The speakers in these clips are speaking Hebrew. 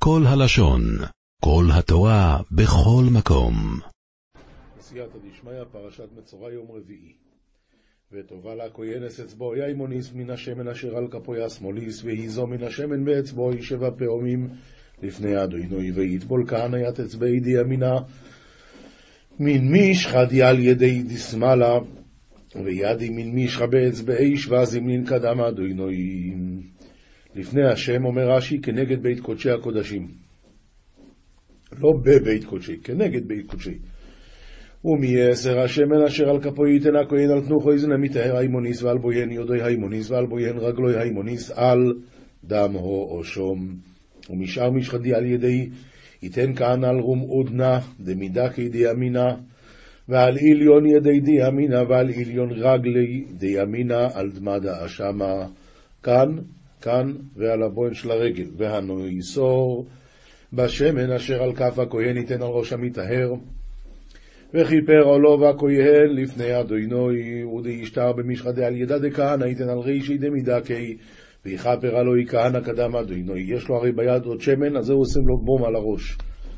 כל הלשון, כל התורה, בכל מקום. סייעתא דשמיא, פרשת מצורע, יום רביעי. וטובה לה כהנס אצבעו ימוניס מן השמן אשר על כפו השמאליס, והיזו מן השמן באצבעו 7 פעמים לפני אדוני, ויטבול כהנא ית אצבעי די ימינה מן מישחא די על ידי די שמאלה, וידי מן מישחא באצבעי 7 זמנין קדם אדוני. לפני השם, אומר רש"י, כנגד בית קודשי הקודשים, לא בבית קודשי, כנגד בית קודשי. ומייסר השמן אשר על כפו ייתן הכהן על תנוחו יזנה מטהר היימוניס ועל בוין יודוי היימוניס ועל בוין רגלוי היימוניס על דמו או שום. ומשאר משחדי על ידי ייתן כהנא על רום עודנה דמידה כדי ימינה ועל עליון ידי די ימינה ועל עליון רגלי די ימינה על דמדה אשמה כאן ועל הבוין של הרגל. והנויסור בשמן אשר על כף הכהן ייתן על ראש המטהר וכיפר עולו והכהן לפני אדוני, ודי ישתר במשחדי על ידה דכהנא ייתן על רישי דמידקי ויכפר עלוי כהנא קדם אדוני. יש לו הרי ביד עוד שמן, אז זה עושים לו בום על הראש.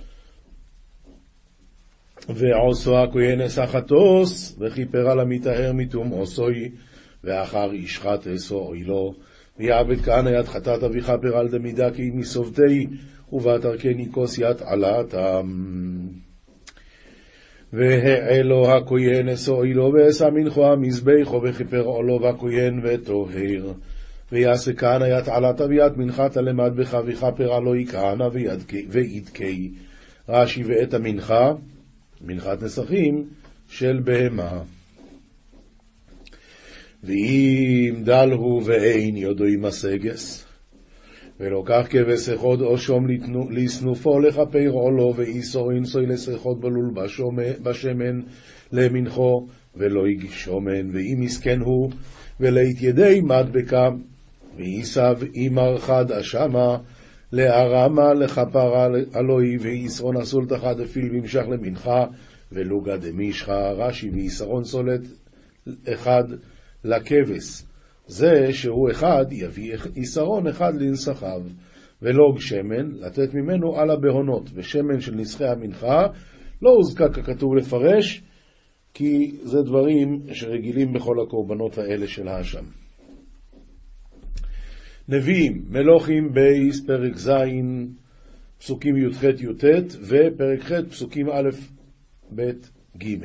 ועושו הכהן אסחתוס וכיפר על המטהר מתום עושוי ואחר ישחט אסו אוילו ויעבד כהנא יד חטאת ויכפר על דמידקי מסובתי ובתרכני כוס יד עלתם. והעלו הכהן אסוילו ועשה מנחו המזבחו וכיפר עולו והכהן וטוהר ויעשה כהנא ית עלתה ויית מנחת למטבחה וכפר עלוי כהנא וידקי. רש"י ואת המנחה, מנחת נסכים של בהמה. ואם דלהו ואין יודוי מסגס ולוקח כבש אחד או שום לסנופו לכפר עולו ואיסור אינסוי לסחוד בלול בשמן למנחו ולא יגיש שומן. ואם מסכן הוא ולית ידי מדבקה ואיסב אימר חד אשמה להרמה לכפר עלוי ואיסרון אסול תחד אפיל ומשך למנחה ולוגה דמישחה. רש"י ואיסרון סולת אחד לכבש, זה שהוא אחד יביא איסרון אחד לנסחיו ולוג שמן לתת ממנו על הבהונות, ושמן של נסחי המנחה לא הוזכר ככתוב לפרש, כי זה דברים שרגילים בכל הקורבנות האלה של האשם. נביאים, מלוכים בייס פרק ז' פסוקים י"ח י"ט ופרק ח' פסוקים א' ב' ג'.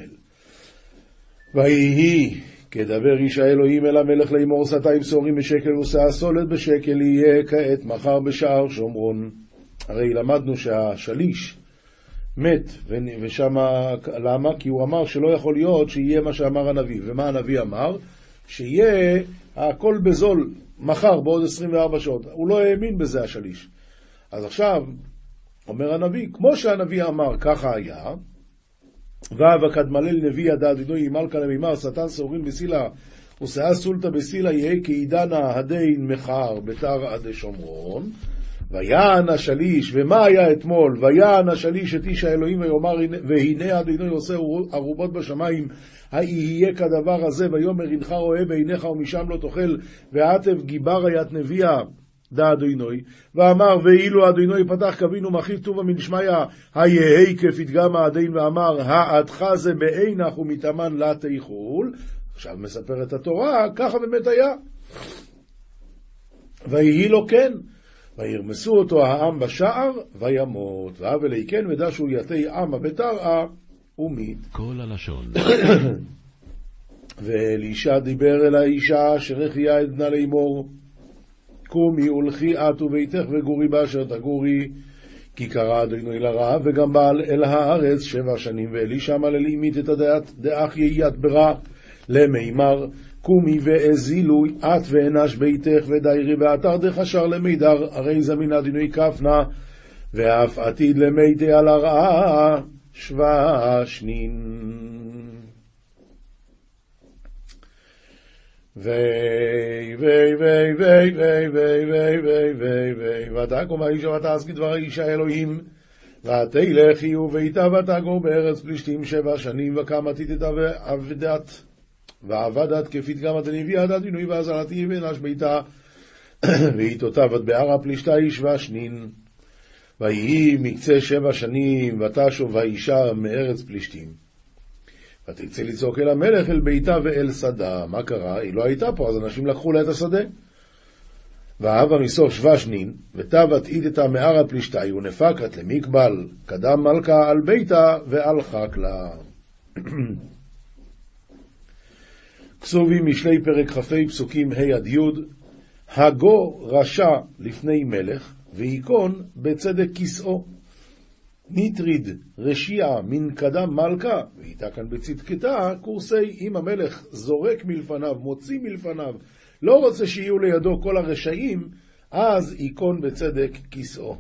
ויהי כדבר איש האלוהים אל המלך לאמור שתיים שעורים בשקל ושאה סולת בשקל יהיה כעת מחר בשער שומרון. הרי למדנו שהשליש מת, ושם למה? כי הוא אמר שלא יכול להיות שיהיה מה שאמר הנביא. ומה הנביא אמר? שיהיה הכל בזול מחר בעוד 24 שעות. הוא לא האמין בזה השליש. אז עכשיו אומר הנביא, כמו שהנביא אמר ככה היה, וכדמלל נביא ידע אדינוי מלכה למימר שתן שעורים בסילה ושאה סולטה בסילה יהיה כעידנה הדין מחר בתר עד שומרון. ויען השליש, ומה היה אתמול? ויען השליש את איש האלוהים ויאמר והנה אדינוי עושה ערובות בשמיים, יהיה כדבר הזה, ויאמר הנך רואה בעיניך ומשם לא תאכל ועטב גיבר היית נביאה דא אדוני. ואמר ואילו אדוני פתח קבינו מחיב טובה מנשמיא היהי כפתגם הדין ואמר העדך זה בעינך ומתאמן לה תיכול. עכשיו מספרת התורה ככה באמת היה. ויהי לו כן וירמסו אותו העם בשער וימות ואבלי כן ודע שהוא יתי עמה בתרעה ומית. כל הלשון. ואלישע דיבר אל האישה אשר החיה את בנה לאמור קומי ולכי את וביתך וגורי באשר תגורי כי קרא אדוני לרעב וגם בעל אל הארץ 7 שנים. ואלישע מלל אימית את דאח יהיית ברע למימר קומי ואזילו את ואנש ביתך ודיירי באתר דחשר למידר הרי זמין אדוני כפנה ואף עתיד למידי על הרעה 7 שנים. ותקום האישה ותעש כדבר האיש האלוהים ותלכי וביתה ותגור בארץ פלישתים 7 שנים וקמה תיתתה ועבדת כפתגם הנביא עד אדינוי ועזרתי ואנש ביתה והיא תותבת בערה פלישתה 7 שנים. ויהי מקצה 7 שנים, ותשוב האישה מארץ פלישתים. ותצא לצעוק אל המלך, אל ביתה ואל שדה. מה קרה? היא לא הייתה פה, אז אנשים לקחו לה את השדה. ואהבה מסוף 7 שנים, ותבת אידתה מארה פלישתאי, ונפקת למקבל, קדם מלכה על ביתה, והלכה כלה. כסובים משלי פרק כ"ה פסוקים ה' עד י', הגו רשע לפני מלך, ויקון בצדק כסאו. ניטריד רשיעה מן קדם מלכה, והייתה כאן בצדקתה קורסי. אם המלך זורק מלפניו, מוציא מלפניו, לא רוצה שיהיו לידו כל הרשעים, אז יקון בצדק כסאו.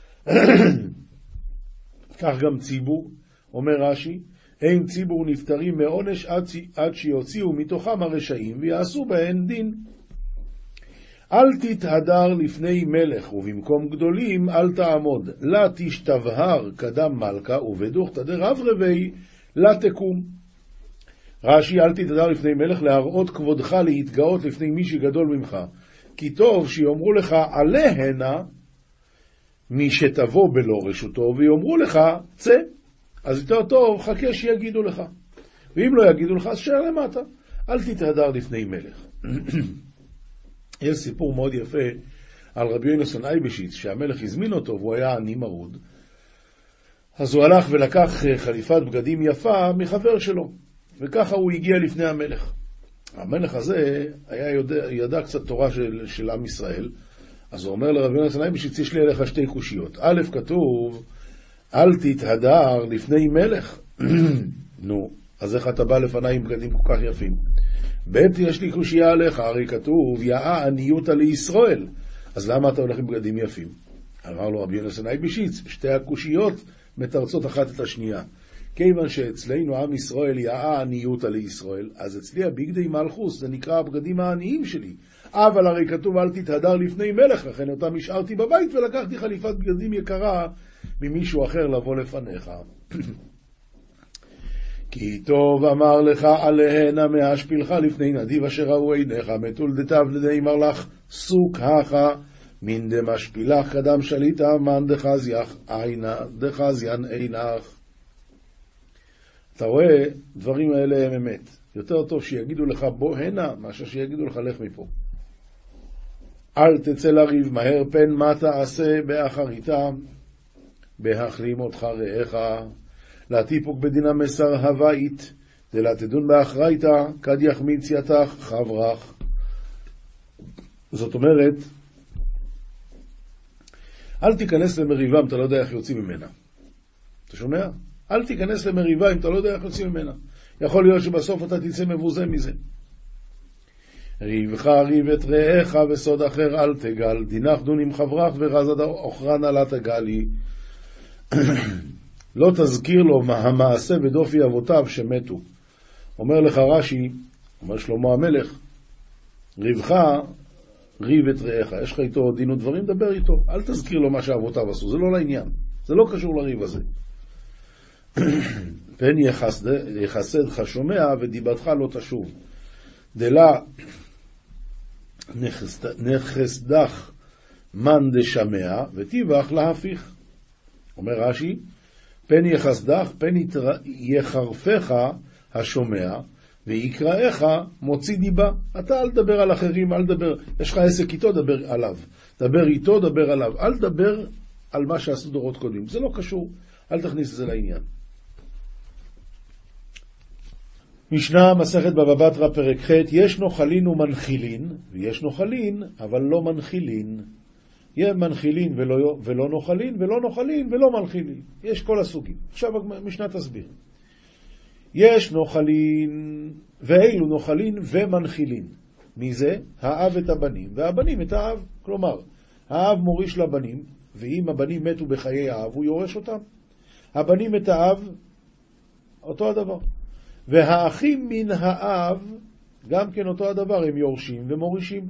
כך גם ציבור, אומר רש"י, אין ציבור נפטרים מעונש עד שיוציאו מתוכם הרשעים ויעשו בהן דין. אל תתהדר לפני מלך, ובמקום גדולים אל תעמוד. לה תשתבהר קדם מלכה, ובדוך תדר אב רבי לה תקום. רש"י, אל תתהדר לפני מלך, להראות כבודך, להתגאות לפני מי שגדול ממך. כי טוב שיאמרו לך עליהנה מי שתבוא בלא רשותו, ויאמרו לך צא. אז יותר טוב, חכה שיגידו לך. ואם לא יגידו לך, אז שער למטה. אל תתהדר לפני מלך. יש סיפור מאוד יפה על רבי יונתן אייבשיץ, שהמלך הזמין אותו והוא היה עני מרוד. אז הוא הלך ולקח חליפת בגדים יפה מחבר שלו, וככה הוא הגיע לפני המלך. המלך הזה ידע קצת תורה של עם ישראל, אז הוא אומר לרבי יונתן אייבשיץ, יש לי אליך 2 קושיות. א', כתוב, אל תתהדר לפני מלך. נו, אז איך אתה בא לפניי עם בגדים כל כך יפים? ב', יש לי קושייה עליך, הרי כתוב, יאה עניותא לישראל. אז למה אתה הולך עם בגדים יפים? אמר לו רבי יונתן אייבשיץ, 2 הקושיות מתרצות אחת את השנייה. כיוון שאצלנו עם ישראל יאה עניותא לישראל, אז אצלי הבגדי מלכוס, זה נקרא הבגדים העניים שלי. אבל הרי כתוב, אל תתהדר לפני מלך, לכן אותם השארתי בבית ולקחתי חליפת בגדים יקרה ממישהו אחר לבוא לפניך. כי טוב אמר לך עליהנה מהשפילך לפני נדיב אשר ראו עיניך, מתולדתיו לדאמר לך סוק הכה מן דמשפילך קדם שליטה מן דחזיין עינך. אתה רואה, דברים האלה הם אמת. יותר טוב שיגידו לך בוא הנה, מאשר שיגידו לך לך מפה. אל תצא לריב מהר פן מה תעשה באחריתה, בהחלים אותך רעך, להתיפוק בדינה מסר הבית, דלה תדון באחריתה, כד יחמיץ יתך חברך. זאת אומרת, אל תיכנס למריבה אם אתה לא יודע איך יוצאים ממנה. אתה שומע? אל תיכנס למריבה אם אתה לא יודע איך יוצאים ממנה. יכול להיות שבסוף אתה תצא מבוזה מזה. ריבך ריב את רעך וסוד אחר אל תגל, דינך דון עם חברך ורזד אוכרן אל תגלי. לא תזכיר לו המעשה בדופי אבותיו שמתו. אומר לך רש"י, אומר שלמה המלך, ריבך ריב את רעך, יש לך איתו דין ודברים, דבר איתו, אל תזכיר לו מה שאבותיו עשו, זה לא לעניין, זה לא קשור לריב הזה. פן יחסדך שומע ודיבתך לא תשוב. דלה נחסדך מן דשמע וטיבך להפיך. אומר רש"י, פן יחסדך, פן יחרפך השומע, ויקראך מוציא דיבה. אתה אל תדבר על אחרים, אל תדבר, יש לך עסק איתו, דבר עליו. דבר איתו, דבר עליו. אל תדבר על מה שעשו דורות קודמים. זה לא קשור, אל תכניס את זה לעניין. משנה מסכת בבא בתרא פרק ח', יש נוחלין ומנחילין, ויש נוחלין אבל לא מנחילין. יהיה מנחילין ולא נוחלין, ולא נוחלין ולא מנחילין. יש כל הסוגים. עכשיו משנה תסביר. יש נוחלין, ואילו נוחלין ומנחילין. מי זה? האב את הבנים, והבנים את האב. כלומר, האב מוריש לבנים, ואם הבנים מתו בחיי האב, הוא יורש אותם. הבנים את האב, אותו הדבר. והאחים מן האב, גם כן אותו הדבר, הם יורשים ומורישים.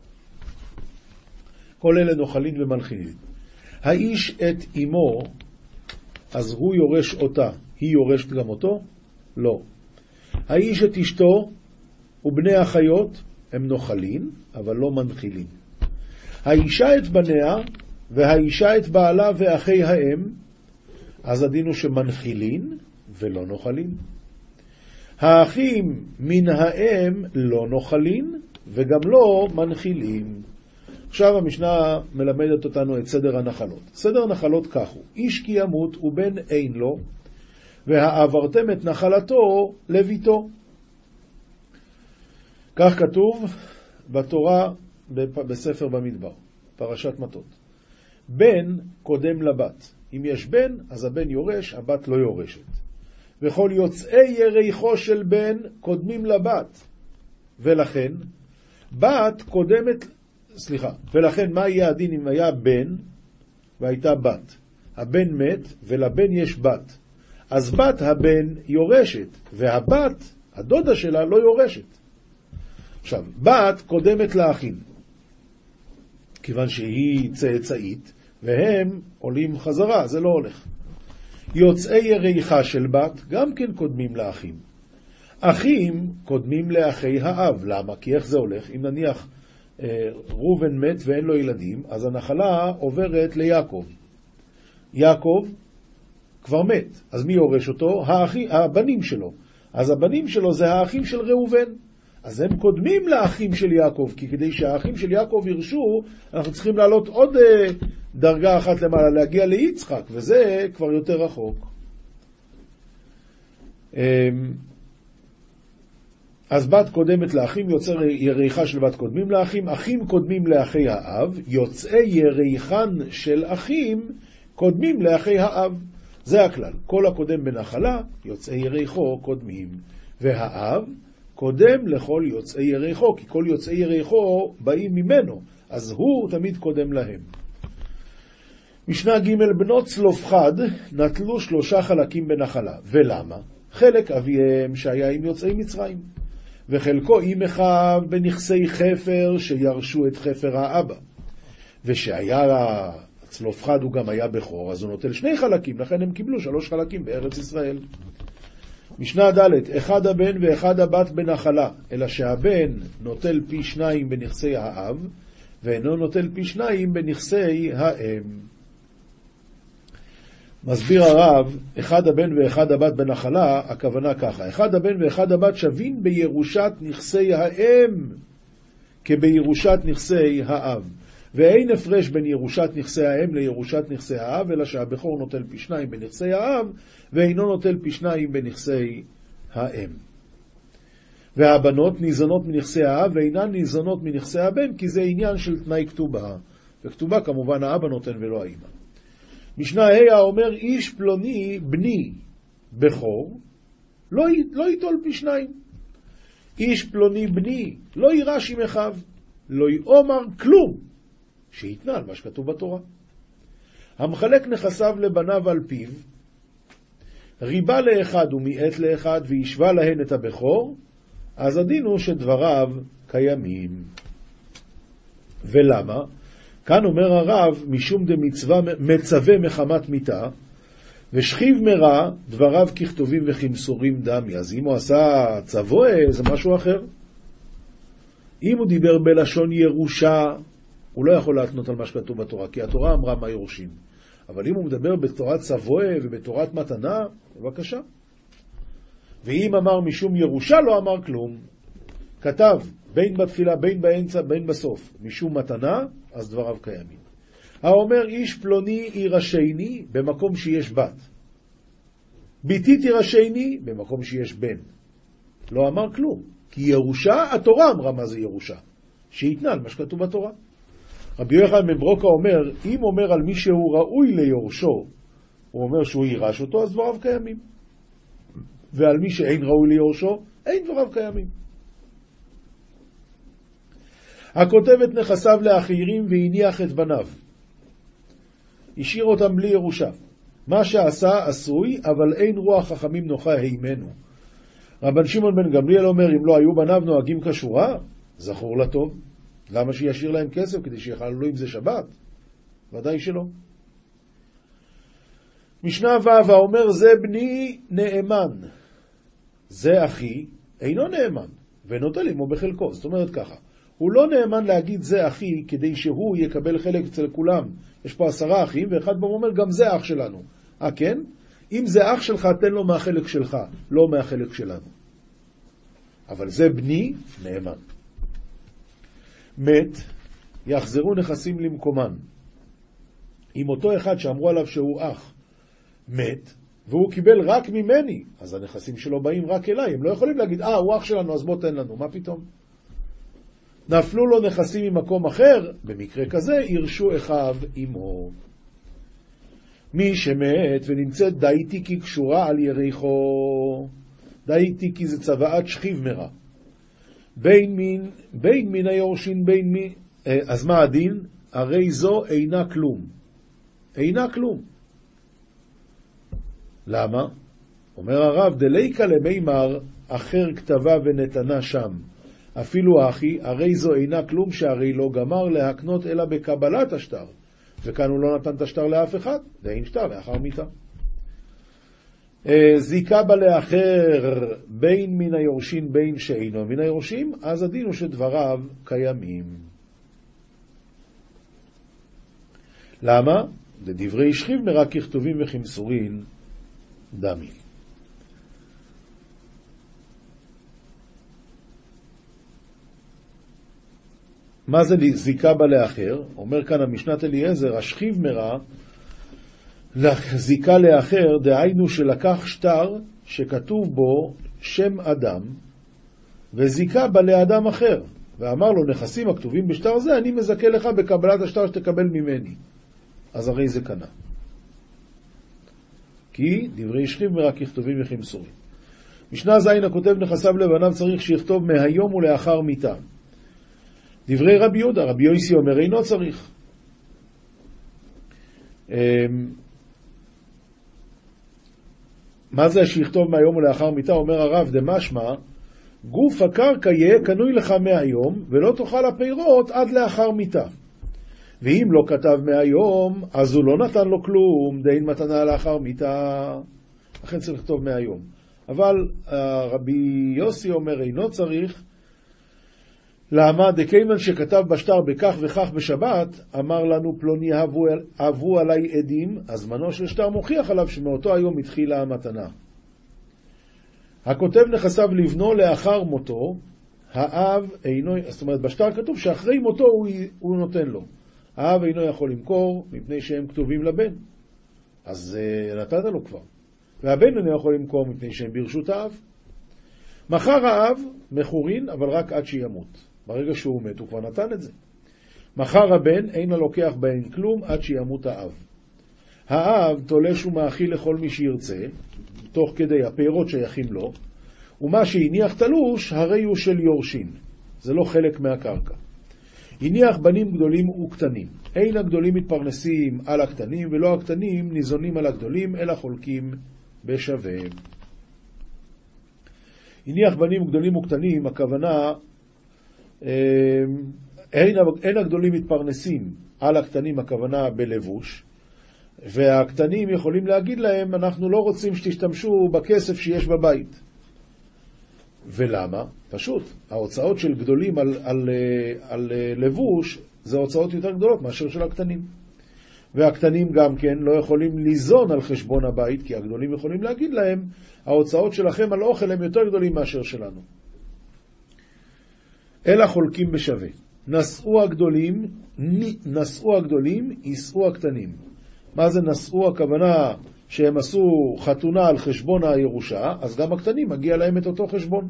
כל אלה נוחלין ומנחילין. האיש את אמו, אז הוא יורש אותה, היא יורשת גם אותו? לא. האיש את אשתו ובני החיות הם נוחלין, אבל לא מנחילין. האישה את בניה והאישה את בעלה ואחי האם, אז הדין הוא שמנחילין ולא נוחלין. האחים מן האם לא נוחלין וגם לא מנחילין. עכשיו המשנה מלמדת אותנו את סדר הנחלות. סדר הנחלות כך הוא: איש כי ימות ובן אין לו, והעברתם את נחלתו לביתו. כך כתוב בתורה בספר במדבר, פרשת מטות. בן קודם לבת. אם יש בן, אז הבן יורש, הבת לא יורשת. וכל יוצאי יריחו של בן קודמים לבת. ולכן, ולכן מה יהיה הדין אם היה בן והייתה בת? הבן מת ולבן יש בת. אז בת הבן יורשת, והבת, הדודה שלה, לא יורשת. עכשיו, בת קודמת לאחים, כיוון שהיא צאצאית, והם עולים חזרה, זה לא הולך. יוצאי יריחה של בת גם כן קודמים לאחים. אחים קודמים לאחי האב. למה? כי איך זה הולך? אם נניח ראובן מת ואין לו ילדים, אז הנחלה עוברת ליעקב. יעקב כבר מת, אז מי יורש אותו? הבנים שלו. אז הבנים שלו זה האחים של ראובן. אז הם קודמים לאחים של יעקב, כי כדי שהאחים של יעקב ירשו, אנחנו צריכים לעלות עוד דרגה אחת למעלה, להגיע ליצחק, וזה כבר יותר רחוק. אז בת קודמת לאחים, יוצא יריחה של בת קודמים לאחים, אחים קודמים לאחי האב, יוצאי יריחן של אחים קודמים לאחי האב. זה הכלל. כל הקודם בנחלה, יוצאי יריחו קודמים. והאב קודם לכל יוצאי יריחו, כי כל יוצאי יריחו באים ממנו, אז הוא תמיד קודם להם. משנה ג' בנות צלופחד נטלו 3 חלקים בנחלה. ולמה? חלק אביהם שהיה עם יוצאי מצרים, וחלקו עם אחיו בנכסי חפר שירשו את חפר האבא. ושהיה צלופחד הוא גם היה בכור, אז הוא נוטל 2 חלקים, לכן הם קיבלו 3 חלקים בארץ ישראל. משנה ד' אחד הבן ואחד הבת בנחלה, אלא שהבן נוטל פי 2 בנכסי האב, ואינו נוטל פי 2 בנכסי האם. מסביר הרב, אחד הבן ואחד הבת בנחלה, הכוונה ככה: אחד הבן ואחד הבת שווים בירושת נכסי האם כבירושת נכסי האב, ואין הפרש בין ירושת נכסי האם לירושת נכסי האב, אלא שהבכור נוטל פי 2 בנכסי האב, ואינו נוטל פי 2 בנכסי האם. והבנות ניזונות מנכסי האב, ואינן ניזונות מנכסי הבן, כי זה עניין של תנאי כתובה, וכתובה כמובן האבא נותן ולא האמא. משנה ה' אומר, איש פלוני בני בכור לא ייטול פי 2. איש פלוני בני לא יירש עם אחיו, לא יאמר כלום, שיתנה על מה שכתוב בתורה. המחלק נכסיו לבניו על פיו, ריבה לאחד ומיעט לאחד, וישווה להן את הבכור, אז הדין הוא שדבריו קיימים. ולמה? כאן אומר הרב, משום דמצווה מצווה מחמת מיתה, ושכיב מרע דבריו ככתובים וכמסורים דמי. אז אם הוא עשה צבוע, זה משהו אחר. אם הוא דיבר בלשון ירושה, הוא לא יכול להתנות על מה שכתוב בתורה, כי התורה אמרה מה יורשים. אבל אם הוא מדבר בתורת צבוע ובתורת מתנה, בבקשה. ואם אמר משום ירושה, לא אמר כלום. כתב בין בתחילה, בין באמצע, בין בסוף, משום מתנה, אז דבריו קיימים. האומר איש פלוני יירשני במקום שיש בת, ביתי תירשני במקום שיש בן, לא אמר כלום, כי ירושה, התורה אמרה מה זה ירושה, שיתנה על מה שכתוב בתורה. רבי יוחנן בן ברוקה אומר, אם אומר על מי שהוא ראוי ליורשו, הוא אומר שהוא יירש אותו, אז דבריו קיימים. ועל מי שאין ראוי ליורשו, אין דבריו קיימים. הכותב את נכסיו לאחרים והניח את בניו, השאיר אותם בלי ירושה. מה שעשה עשוי, אבל אין רוח חכמים נוחה הימנו. רבן שמעון בן גמליאל אומר, אם לא היו בניו נוהגים כשורה, זכור לטוב. למה שישאיר להם כסף? כדי שיחללו עם זה שבת? ודאי שלא. משנה ו' אומר, זה בני נאמן, זה אחי אינו נאמן, ונוטל עמו בחלקו. זאת אומרת ככה, הוא לא נאמן להגיד זה אחי כדי שהוא יקבל חלק אצל כולם. יש פה 10 אחים, ואחד בו אומר גם זה אח שלנו. כן? אם זה אח שלך, תן לו מהחלק שלך, לא מהחלק שלנו. אבל זה בני נאמן. מת, יחזרו נכסים למקומן. אם אותו אחד שאמרו עליו שהוא אח מת, והוא קיבל רק ממני, אז הנכסים שלו באים רק אליי. הם לא יכולים להגיד, הוא אח שלנו, אז בוא תן לנו. מה פתאום? נפלו לו נכסים ממקום אחר, במקרה כזה ירשו אחיו עמו. מי שמת ונמצאת דאיתיקי קשורה על יריחו. דאיתיקי זה צוואת שכיב מרע. בין מין היורשין בין מין. אז מה הדין? הרי זו אינה כלום. אינה כלום. למה? אומר הרב, דליקה למימר אחר כתבה ונתנה שם. אפילו האחי, הרי זו אינה כלום שהרי לא גמר להקנות אלא בקבלת השטר. וכאן הוא לא נתן את השטר לאף אחד, ואין שטר לאחר מיתה. זיקה בה לאחר בין מן היורשין בין שאינו מן היורשים, אז הדין הוא שדבריו קיימים. למה? לדברי שכיב מרע ככתובים וכמסורין דמי. מה זה זיקה בה לאחר? אומר כאן המשנת אליעזר, השכיב מרע, זיקה לאחר, דהיינו שלקח שטר שכתוב בו שם אדם, וזיקה בה לאדם אחר, ואמר לו, נכסים הכתובים בשטר זה, אני מזכה לך בקבלת השטר שתקבל ממני. אז הרי זה קנה. כי דברי שכיב מרע ככתובים וכמסורים. משנה זין הכותב נכסיו לבניו צריך שיכתוב מהיום ולאחר מיתה. דברי רבי יהודה, רבי יוסי אומר אינו צריך. מה זה שיכתוב מהיום ולאחר מיתה? אומר הרב דמשמע, גוף הקרקע יהיה קנוי לך מהיום ולא תאכל הפירות עד לאחר מיתה. ואם לא כתב מהיום, אז הוא לא נתן לו כלום, דין מתנה לאחר מיתה. לכן צריך לכתוב מהיום. אבל רבי יוסי אומר אינו צריך. למה? דקיימן שכתב בשטר בכך וכך בשבת, אמר לנו פלוני אהבו עליי עדים, אז מנו של שטר מוכיח עליו שמאותו היום התחילה המתנה. הכותב נכסיו לבנו לאחר מותו, האב אינו, זאת אומרת בשטר כתוב שאחרי מותו הוא נותן לו. האב אינו יכול למכור מפני שהם כתובים לבן. אז נתת לו כבר. והבן אינו יכול למכור מפני שהם ברשות האב. מחר האב מכורין, אבל רק עד שימות. ברגע שהוא מת הוא כבר נתן את זה. מחר הבן אין לוקח בהן כלום עד שימות האב. האב תולש ומאכיל לכל מי שירצה, תוך כדי הפירות שייכים לו, ומה שהניח תלוש הרי הוא של יורשין. זה לא חלק מהקרקע. הניח בנים גדולים וקטנים. אין הגדולים מתפרנסים על הקטנים, ולא הקטנים ניזונים על הגדולים, אלא חולקים בשווה. הניח בנים גדולים וקטנים, הכוונה, אין הגדולים מתפרנסים על הקטנים, הכוונה בלבוש, והקטנים יכולים להגיד להם, אנחנו לא רוצים שתשתמשו בכסף שיש בבית. ולמה? פשוט, ההוצאות של גדולים על לבוש, זה הוצאות יותר גדולות מאשר של הקטנים. והקטנים גם כן לא יכולים ליזון על חשבון הבית, כי הגדולים יכולים להגיד להם, ההוצאות שלכם על אוכל הם יותר גדולים מאשר שלנו. אלא חולקים בשווה. נשאו הגדולים, יישאו הקטנים. מה זה נשאו? הכוונה שהם עשו חתונה על חשבון הירושה, אז גם הקטנים מגיע להם את אותו חשבון.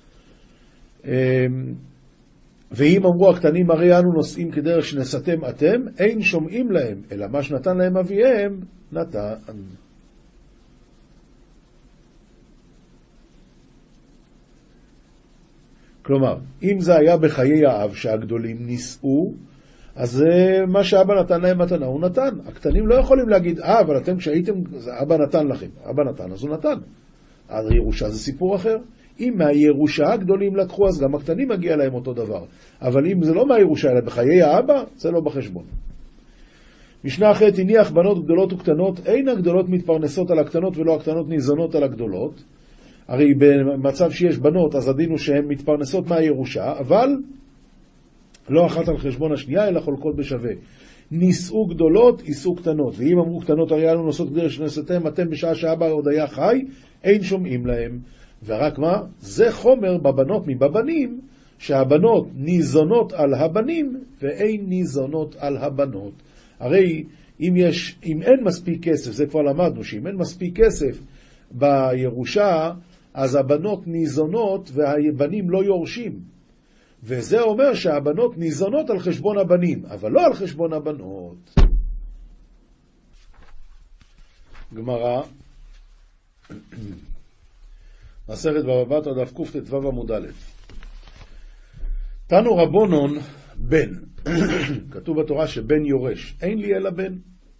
ואם אמרו הקטנים, הרי אנו נושאים כדרך שנסתם אתם, אין שומעים להם, אלא מה שנתן להם אביהם, נתן. כלומר, אם זה היה בחיי האב שהגדולים נישאו, אז מה שאבא נתן להם מתנה, הוא נתן. הקטנים לא יכולים להגיד, אבל אתם כשהייתם, אבא נתן לכם. אבא נתן, אז הוא נתן. אז ירושה זה סיפור אחר. אם מהירושה הגדולים לקחו, אז גם הקטנים מגיע להם אותו דבר. אבל אם זה לא מהירושה, אלא בחיי האבא, זה לא בחשבון. משנה אחרת, הניח בנות גדולות וקטנות, אין הגדולות מתפרנסות על הקטנות ולא הקטנות ניזונות על הגדולות. הרי במצב שיש בנות, אז הדין הוא שהן מתפרנסות מהירושה, אבל לא אחת על חשבון השנייה, אלא חולקות בשווה. נישאו גדולות, יישאו קטנות. ואם אמרו קטנות, הרי לנו נושאות גדיר שנשאתם, אתם בשעה שאבא עוד היה חי, אין שומעים להם. ורק מה? זה חומר בבנות מבבנים, שהבנות ניזונות על הבנים, ואין ניזונות על הבנות. הרי אם אין מספיק כסף, זה כבר למדנו, שאם אין מספיק כסף בירושה, אז הבנות ניזונות והבנים לא יורשים. וזה אומר שהבנות ניזונות על חשבון הבנים, אבל לא על חשבון הבנות. גמרא, מסכת בבא בתרא דף קט"ו עמוד א'. תנו רבונון בן, כתוב בתורה שבן יורש, אין לי אלא בן.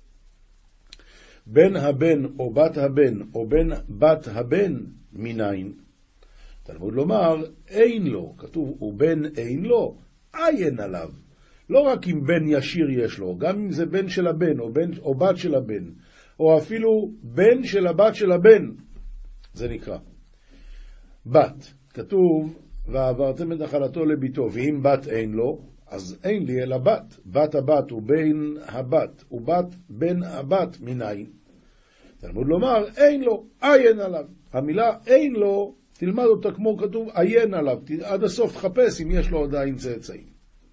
בן הבן או בת הבן או בן בת הבן מניין. תלמוד לומר אין לו, כתוב ובן אין לו, עין עליו. לא רק אם בן ישיר יש לו, גם אם זה בן של הבן או בת של הבן, או אפילו בן של הבת של הבן, זה נקרא. בת, כתוב ועברתם את נחלתו לביתו, ואם בת אין לו, אז אין לי אלא בת. בת הבת ובן הבת ובת בן הבת מניין. תלמוד לומר אין לו, עין עליו. המילה אין לו, תלמד אותה כמו כתוב עין עליו, עד הסוף תחפש אם יש לו עדיין צאצאים.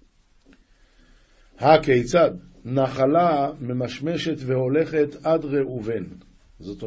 הכיצד? נחלה ממשמשת והולכת עד ראובן. זאת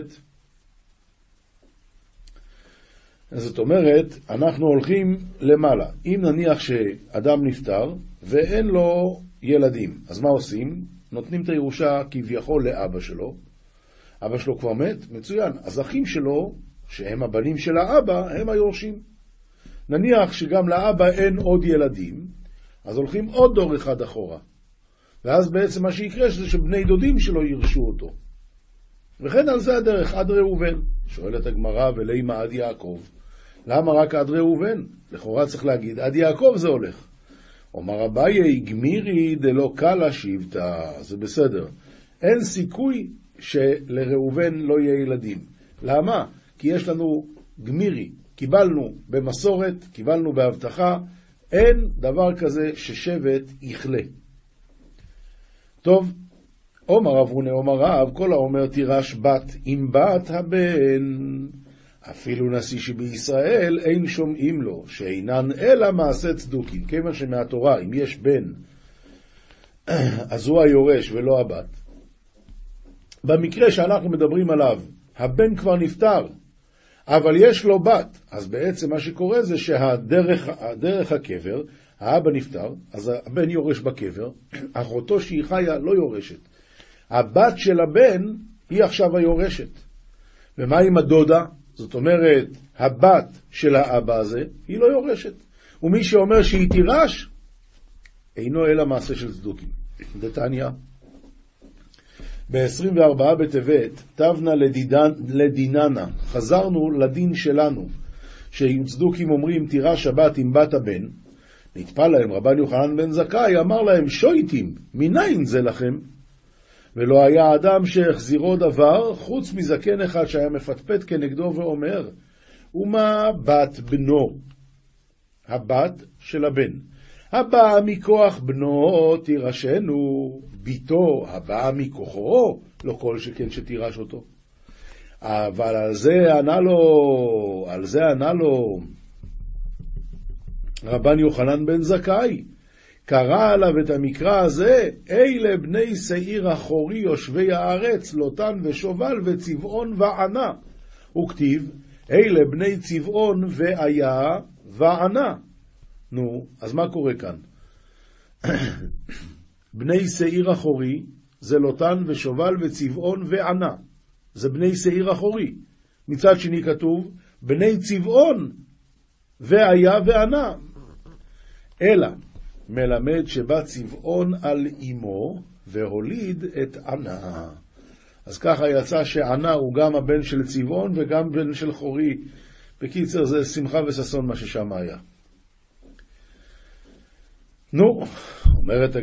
אומרת, אנחנו הולכים למעלה. אם נניח שאדם נפטר ואין לו ילדים, אז מה עושים? נותנים את הירושה כביכול לאבא שלו. אבא שלו כבר מת, מצוין. אז אחים שלו, שהם הבנים של האבא, הם היורשים. נניח שגם לאבא אין עוד ילדים, אז הולכים עוד דור אחד אחורה. ואז בעצם מה שיקרה זה שבני דודים שלו ירשו אותו. וכן על זה הדרך עד ראובן. שואלת הגמרא ולמה עד יעקב? למה רק עד ראובן? לכאורה צריך להגיד עד יעקב זה הולך. אומר אביי גמירי דלא קלה שבטה. זה בסדר. אין סיכוי שלראובן לא יהיה ילדים. למה? כי יש לנו גמירי. קיבלנו במסורת, קיבלנו בהבטחה. אין דבר כזה ששבט יחלה. טוב, אומר אברונה, אומר רב, כל האומר תירש בת עם בת הבן. אפילו נשיא שבישראל אין שומעים לו, שאינן אלא מעשה צדוקים. כיוון שמהתורה, אם יש בן, אז הוא היורש ולא הבת. במקרה שאנחנו מדברים עליו, הבן כבר נפטר, אבל יש לו בת. אז בעצם מה שקורה זה שהדרך הקבר, האבא נפטר, אז הבן יורש בקבר, אחותו שהיא חיה לא יורשת. הבת של הבן היא עכשיו היורשת. ומה עם הדודה? זאת אומרת, הבת של האבא הזה היא לא יורשת. ומי שאומר שהיא תירש, אינו אלא מעשה של צדוקים. דתניא, ב-24 בטבת, תבנה לדיננה, חזרנו לדין שלנו, שצדוקים אומרים תירש הבת עם בת הבן, נטפל להם רבן יוחנן בן זכאי, אמר להם שויטים, מניין זה לכם? ולא היה אדם שהחזירו דבר, חוץ מזקן אחד שהיה מפטפט כנגדו ואומר, ומה בת בנו? הבת של הבן. הבא מכוח בנו תירשנו, ביתו הבא מכוחו, לא כל שכן שתירש אותו. אבל על זה ענה לו רבן יוחנן בן זכאי, קרא עליו את המקרא הזה, אלה בני שעיר אחורי יושבי הארץ, לוטן ושובל וצבעון וענה. הוא כתיב, אלה בני צבעון והיה וענה. נו, אז מה קורה כאן? בני שעיר אחורי זה לוטן ושובל וצבעון וענה. זה בני שעיר אחורי. מצד שני כתוב, בני צבעון והיה וענה. אלא מלמד שבא צבעון על אמו והוליד את ענה. אז ככה יצא שענה הוא גם הבן של צבעון וגם בן של חורי. בקיצר זה שמחה וששון מה ששם היה. נו, אומרת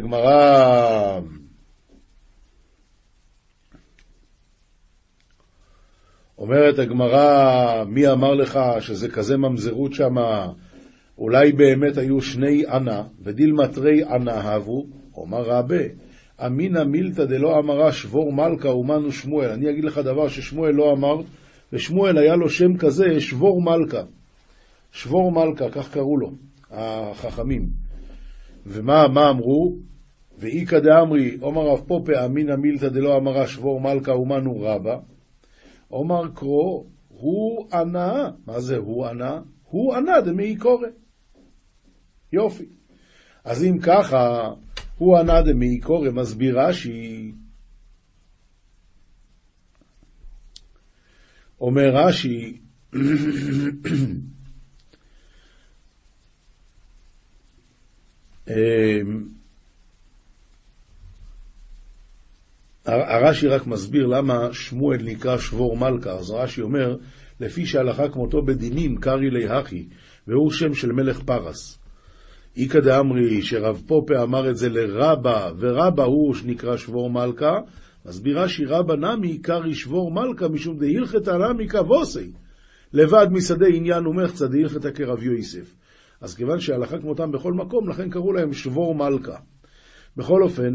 הגמרא, מי אמר לך שזה כזה ממזרות שם? אולי באמת היו שני ענה, ודילמטרי ענה הבו, אומר רבה, אמינא מילתא דלא אמרה שבור מלכה אומנו שמואל. אני אגיד לך דבר ששמואל לא אמר, ושמואל היה לו שם כזה, שבור מלכה. שבור מלכה, כך קראו לו, החכמים. ומה אמרו? ואיקא דאמרי, אומר רב פופה, אמינא מילתא דלא אמרה שבור מלכה אומנו רבה. אומר קרוא, הוא ענה. מה זה הוא ענה? הוא ענה דמי קורא. יופי. אז אם ככה, הוא ענה דמי קורא, מסביר רש"י. אומר רש"י, הרש"י רק מסביר למה שמואל נקרא שבור מלכה. אז הרש"י אומר, לפי שהלכה כמותו בדינים קרי להכי, והוא שם של מלך פרס. איקא דאמרי שרב פופה אמר את זה לרבה, ורבה הוא שנקרא שבור מלכה, מסביר רש"י רבה נמי קרי שבור מלכה משום דהילכתא נמי כבוסי, לבד משדה עניין ומחצה דהילכתא כרב יוסף. אז כיוון שהלכה כמותם בכל מקום, לכן קראו להם שבור מלכה. בכל אופן,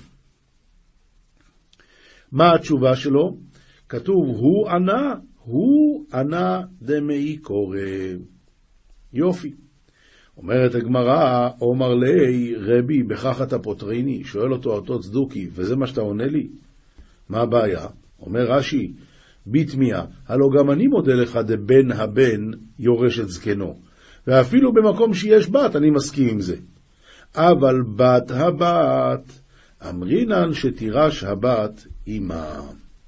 מה התשובה שלו? כתוב, הוא ענה דמי קורא. יופי. אומרת הגמרא, אומר לי, רבי, בכך אתה פוטריני? שואל אותו צדוקי, וזה מה שאתה עונה לי? מה הבעיה? אומר רש"י, בתמיה, הלא גם אני מודה לך דבן הבן יורש את זקנו. ואפילו במקום שיש בת, אני מסכים עם זה. אבל בת הבת, אמרינן שתירש הבת אימה.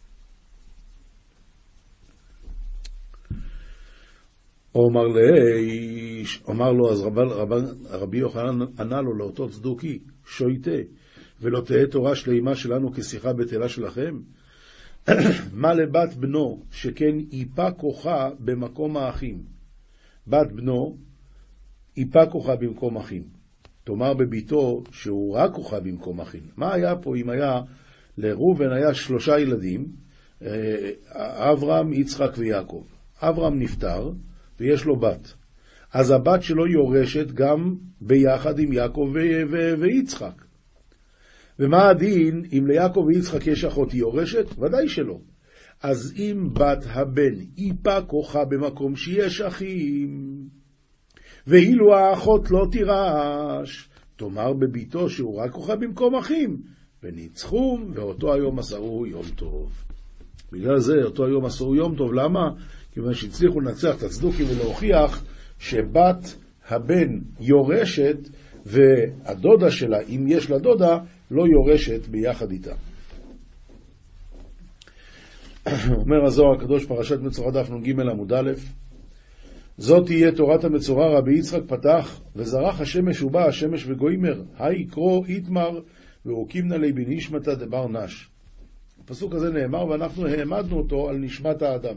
אומר לו, אז רבי יוחנן ענה לו לאותו צדוקי, שויטה, ולא תהיה תורה שלמה שלנו כשיחה בטלה שלכם? מה לבת בנו, שכן איפה כוחה במקום האחים? בת בנו, איפה כוחה במקום אחים. תאמר בביתו שהוא רק כוחה במקום אחים. מה היה פה אם היה, לראובן היה 3 ילדים, אברהם, יצחק ויעקב. אברהם נפטר, ויש לו בת. אז הבת שלו יורשת גם ביחד עם יעקב ויצחק. ומה הדין אם ליעקב ויצחק יש אחות יורשת? ודאי שלא. אז אם בת הבן איפה כוחה במקום שיש אחים, ואילו האחות לא תירש, תאמר בביתו שהוא רק כוחה במקום אחים, וניצחום, ואותו היום עשרו יום טוב. בגלל זה אותו היום עשרו יום טוב. למה? כיוון שהצליחו לנצח את הצדוקים ולהוכיח שבת הבן יורשת, והדודה שלה, אם יש לה דודה, לא יורשת ביחד איתה. אומר הזוהר הקדוש, פרשת מצורע דף נ"ג עמוד א', זאת תהיה תורת המצורע. רבי יצחק פתח, וזרח השמש ובא השמש וגוימר, היי קרוא איתמר, והוקימנה לי בנשמתא דבר נש. הפסוק הזה נאמר, ואנחנו העמדנו אותו על נשמת האדם.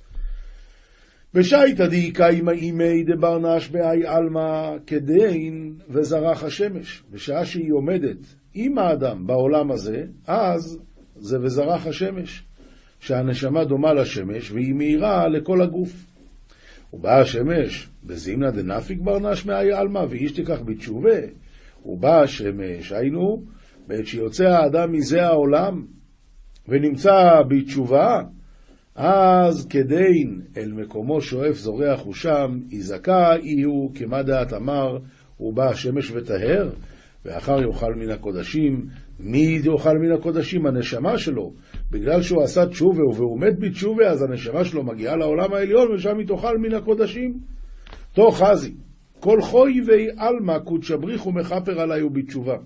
בשייתא דאיכא אימי דבר נש בהאי עלמא כדין וזרח השמש. בשעה שהיא עומדת עם האדם בעולם הזה, אז זה וזרח השמש, שהנשמה דומה לשמש והיא מהירה לכל הגוף. ובא השמש בזימנה דנפיק ברנש מהאי עלמא ואיש תיקח בתשובה. ובא השמש, היינו, בעת שיוצא האדם מזה העולם ונמצא בתשובה, אז כדין אל מקומו שואף זורח הוא שם, יזכה יהיו כמה דעת אמר, ובא השמש וטהר, ואחר יאכל מן הקודשים. מי יאכל מן הקודשים? הנשמה שלו. בגלל שהוא עשה תשובה והוא מת בתשובה, אז הנשמה שלו מגיעה לעולם העליון, ושם היא תאכל מן הקודשים. תוך חזי, כל חוי ועלמא קודש בריך ומחפר עלי ובתשובה.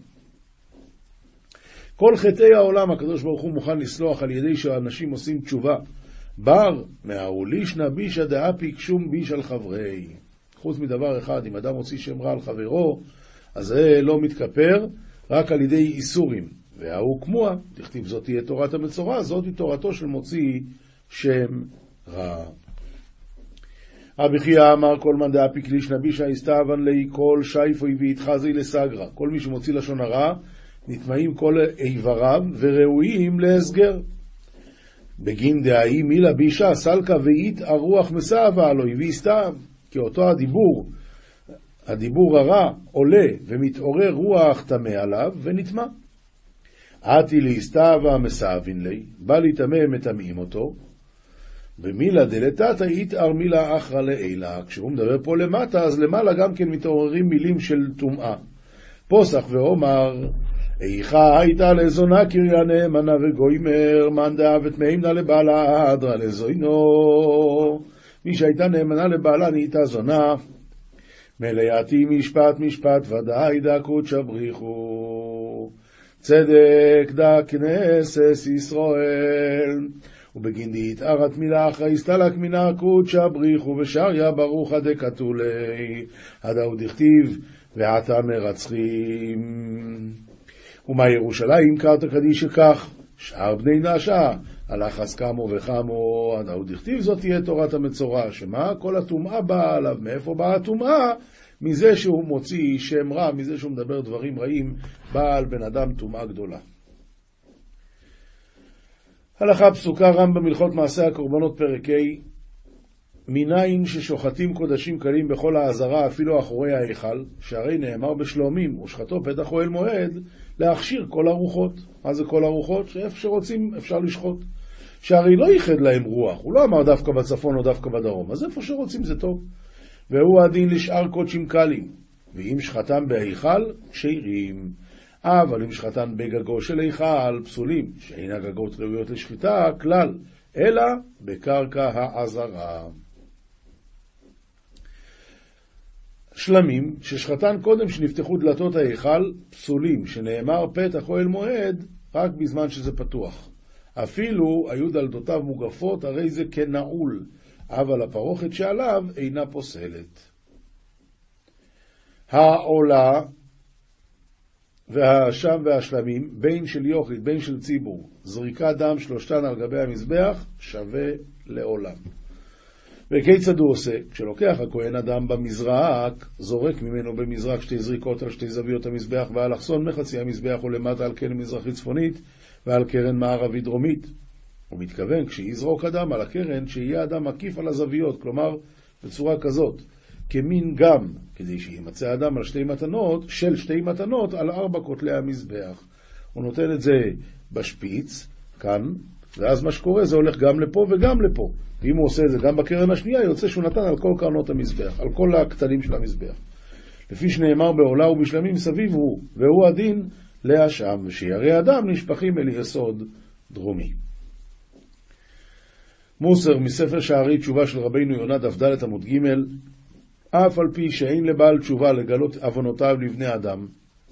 כל חטאי העולם הקדוש ברוך הוא מוכן לסלוח על ידי שהאנשים עושים תשובה. בר מהאולישנא בישא דאפיק שום ביש על חברי. חוץ מדבר אחד, אם אדם מוציא שם רע על חברו, אז זה לא מתכפר, רק על ידי איסורים. והוא כמוה, תכתיב זאת תהיה תורת המצורע, זאת היא תורתו של מוציא שם רע. רבי חייא אמר, כל מן דאפיק לישנא בישא הסתאבן לי כל שייפוי ויתחזי לסגרא. כל מי שמוציא לשון הרע, נטמעים כל איבריו וראויים להסגר. בגין דאי מילה בישה סלקה ואית הרוח מסעבה עלוי והסתאב. כי אותו הדיבור הדיבור הרע עולה ומתעורר רוח טמא עליו ונטמא. עתי להסתווה מסאבין לי, בא להתאמא מטמאים אותו, ומילה דלתתא יתאר מילה אחרא לעילה. כשהוא מדבר פה למטה, אז למעלה גם כן מתעוררים מילים של טומאה. פוסח ואומר, איכה הייתה לזונה קריה נאמנה וגוימר, מאן דאבת מהימנה לבעלה אדרא לזוינו. מי שהייתה נאמנה לבעלה נהייתה זונה. מלאתי משפט משפט ודאי דקות שבריחו. צדק דה כנסת ישראל. ובגין דהתארת מילה אחרי הסתלק מינה קודשא בריחו ושריה ברוך דקתולי הדאו דכתיב ועתה מרצחים. ומה ירושלים קרתא קדישא כך שאר בני נשא הלך עסקמו וחמו הדאו דכתיב. זאת תהיה תורת המצורע. שמה? כל הטומאה באה עליו. מאיפה באה הטומאה? מזה שהוא מוציא שם רע, מזה שהוא מדבר דברים רעים, באה על בן אדם טומאה גדולה. הלכה פסוקה רמב"ם הלכות מעשה הקורבנות פרק ה'. מניין ששוחטים קודשים קלים בכל העזרה אפילו אחורי ההיכל, שהרי נאמר בשלומים ושחטו פתח אוהל מועד להכשיר כל הרוחות. מה זה כל הרוחות? שאיפה שרוצים אפשר לשחוט. שהרי לא ייחד להם רוח, הוא לא אמר דווקא בצפון או דווקא בדרום, אז איפה שרוצים זה טוב. והוא הדין לשאר קודשים קלים, ואם שחטם בהיכל שירים, אבל אם שחטן בגגו של היכל פסולים, שאין הגגות ראויות לשחיטה כלל, אלא בקרקע העזרה. שלמים ששחטן קודם שנפתחו דלתות ההיכל פסולים, שנאמר פתח אוהל מועד רק בזמן שזה פתוח. אפילו היו דלתותיו מוגפות, הרי זה כנעול, אבל הפרוכת שעליו אינה פוסלת. העולה והאשם והשלמים, בין של יוחד, בין של ציבור, זריקת דם שלושתן על גבי המזבח, שווה לעולם. וכיצד הוא עושה? כשלוקח הכהן אדם במזרק, זורק ממנו במזרק שתי זריקות על שתי זוויות המזבח והאלכסון מחצי המזבח ולמטה על קרן מזרחית צפונית ועל קרן מערבית דרומית. הוא מתכוון כשיזרוק אדם על הקרן שיהיה אדם מקיף על הזוויות, כלומר בצורה כזאת, כמין גם, כדי שימצא אדם על שתי מתנות על 4 כותלי המזבח. הוא נותן את זה בשפיץ, כאן, ואז מה שקורה זה הולך גם לפה וגם לפה. ואם הוא עושה את זה גם בקרן השנייה, יוצא שהוא נתן על כל קרנות המזבח, על כל הקטנים של המזבח. לפי שנאמר בעולה ובשלמים סביב הוא, והוא הדין לאשם, ושירי אדם נשפכים אל יסוד דרומי. מוסר מספר שערי תשובה של רבינו יונה דף ד' עמוד ג'. אף על פי שאין לבעל תשובה לגלות עוונותיו לבני אדם,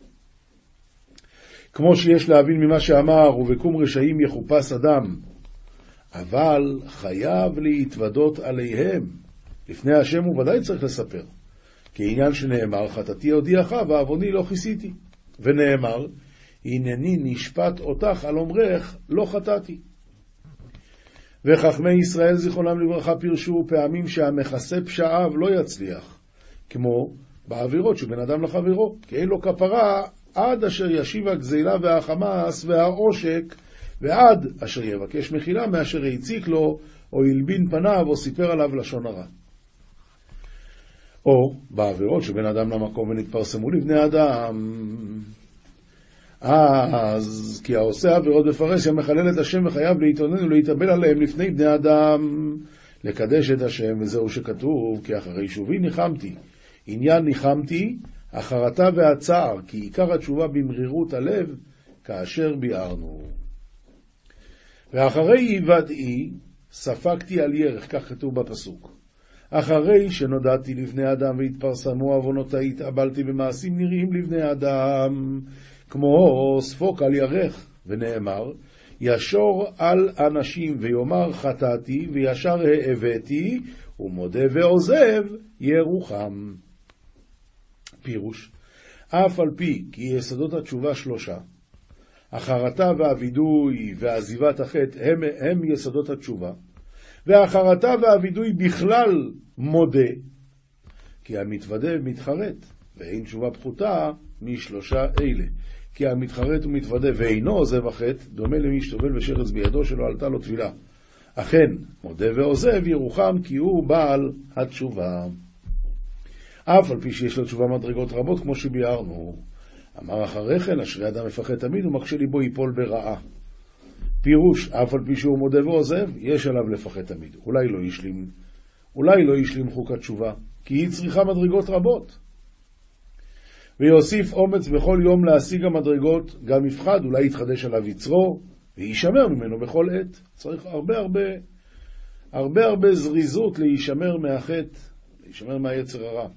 כמו שיש להבין ממה שאמר ובקום רשעים יחופש אדם, אבל חייב להתוודות עליהם לפני השם, הוא ודאי צריך לספר, כעניין שנאמר חטאתי הודיעך ועווני לא כיסיתי, ונאמר הנני נשפט אותך על אומרך לא חטאתי. וחכמי ישראל זיכרונם לברכה פירשו פעמים שהמכסה פשעיו לא יצליח, כמו בעבירות שבין אדם לחברו, כי אין לו כפרה עד אשר ישיב הגזילה והחמאס והעושק, ועד אשר יבקש מחילה מאשר יציק לו או ילבין פניו או סיפר עליו לשון הרע. או בעבירות שבין אדם למקום ונתפרסמו לבני אדם, אז כי העושה עבירות בפרהסיה מחלל את השם וחייב להתאונן ולהתאבל עליהם לפני בני אדם, לקדש את השם, וזהו שכתוב כי אחרי שובי ניחמתי. עניין ניחמתי החרטה והצער, כי עיקר התשובה במרירות הלב כאשר ביארנו. ואחרי היוודעי ספקתי על ירך, כך כתוב בפסוק. אחרי שנודעתי לבני אדם והתפרסמו עוונותיי, התאבלתי במעשים נראים לבני אדם, כמו ספוק על ירך, ונאמר ישור על אנשים ויאמר חטאתי וישר העבדתי ומודה ועוזב ירוחם. פירוש, אף על פי כי יסודות התשובה 3, החרטה והווידוי ועזיבת החטא הם יסודות התשובה, והחרטה והווידוי בכלל מודה, כי המתוודה מתחרט, ואין תשובה פחותה משלושה אלה. כי המתחרט ומתוודה ואינו עוזב החטא, דומה למי שטובל ושרץ בידו שלא עלתה לו תפילה. אכן, מודה ועוזב ירוחם, כי הוא בעל התשובה. אף על פי שיש לתשובה מדרגות רבות, כמו שביארנו. אמר אחרי כן, אשרי אדם מפחד תמיד ומקשה ליבו ייפול ברעה. פירוש, אף על פי שהוא מודה ועוזב, יש עליו לפחד תמיד. אולי לא ישלים חוק התשובה, כי היא צריכה מדרגות רבות. ויוסיף אומץ בכל יום להשיג המדרגות, גם יפחד, אולי יתחדש עליו יצרו, וישמר ממנו בכל עת. צריך הרבה זריזות להישמר מהחטא, להישמר מהיצר הרע.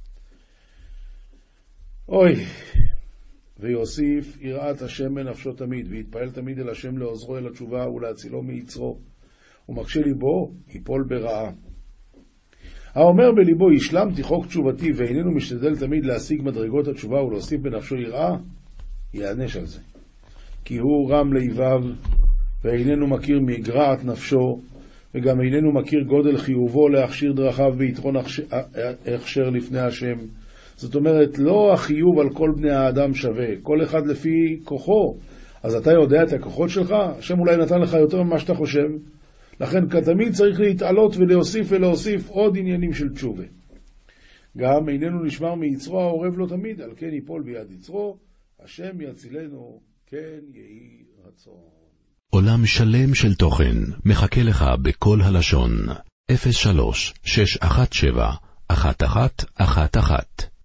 אוי, ויוסיף יראת השם בנפשו תמיד, ויתפעל תמיד אל השם לעוזרו אל התשובה ולהצילו מיצרו, ומקשה ליבו ייפול ברעה. האומר בליבו, השלמתי חוק תשובתי, ואיננו משתדל תמיד להשיג מדרגות התשובה ולהוסיף בנפשו יראה, יענש על זה. כי הוא רם ליבב, ואיננו מכיר מגרעת נפשו, וגם איננו מכיר גודל חיובו להכשיר דרכיו ביתרון הכשר לפני השם. זאת אומרת, לא החיוב על כל בני האדם שווה, כל אחד לפי כוחו. אז אתה יודע את הכוחות שלך, השם אולי נתן לך יותר ממה שאתה חושב, לכן כתמיד צריך להתעלות ולהוסיף עוד עניינים של תשובה. גם איננו נשמר מיצרו העורב לו תמיד, על כן ייפול ביד יצרו, השם יצילנו, כן יהי רצון. עולם שלם של תוכן מחכה לך בכל הלשון. 03-617-1111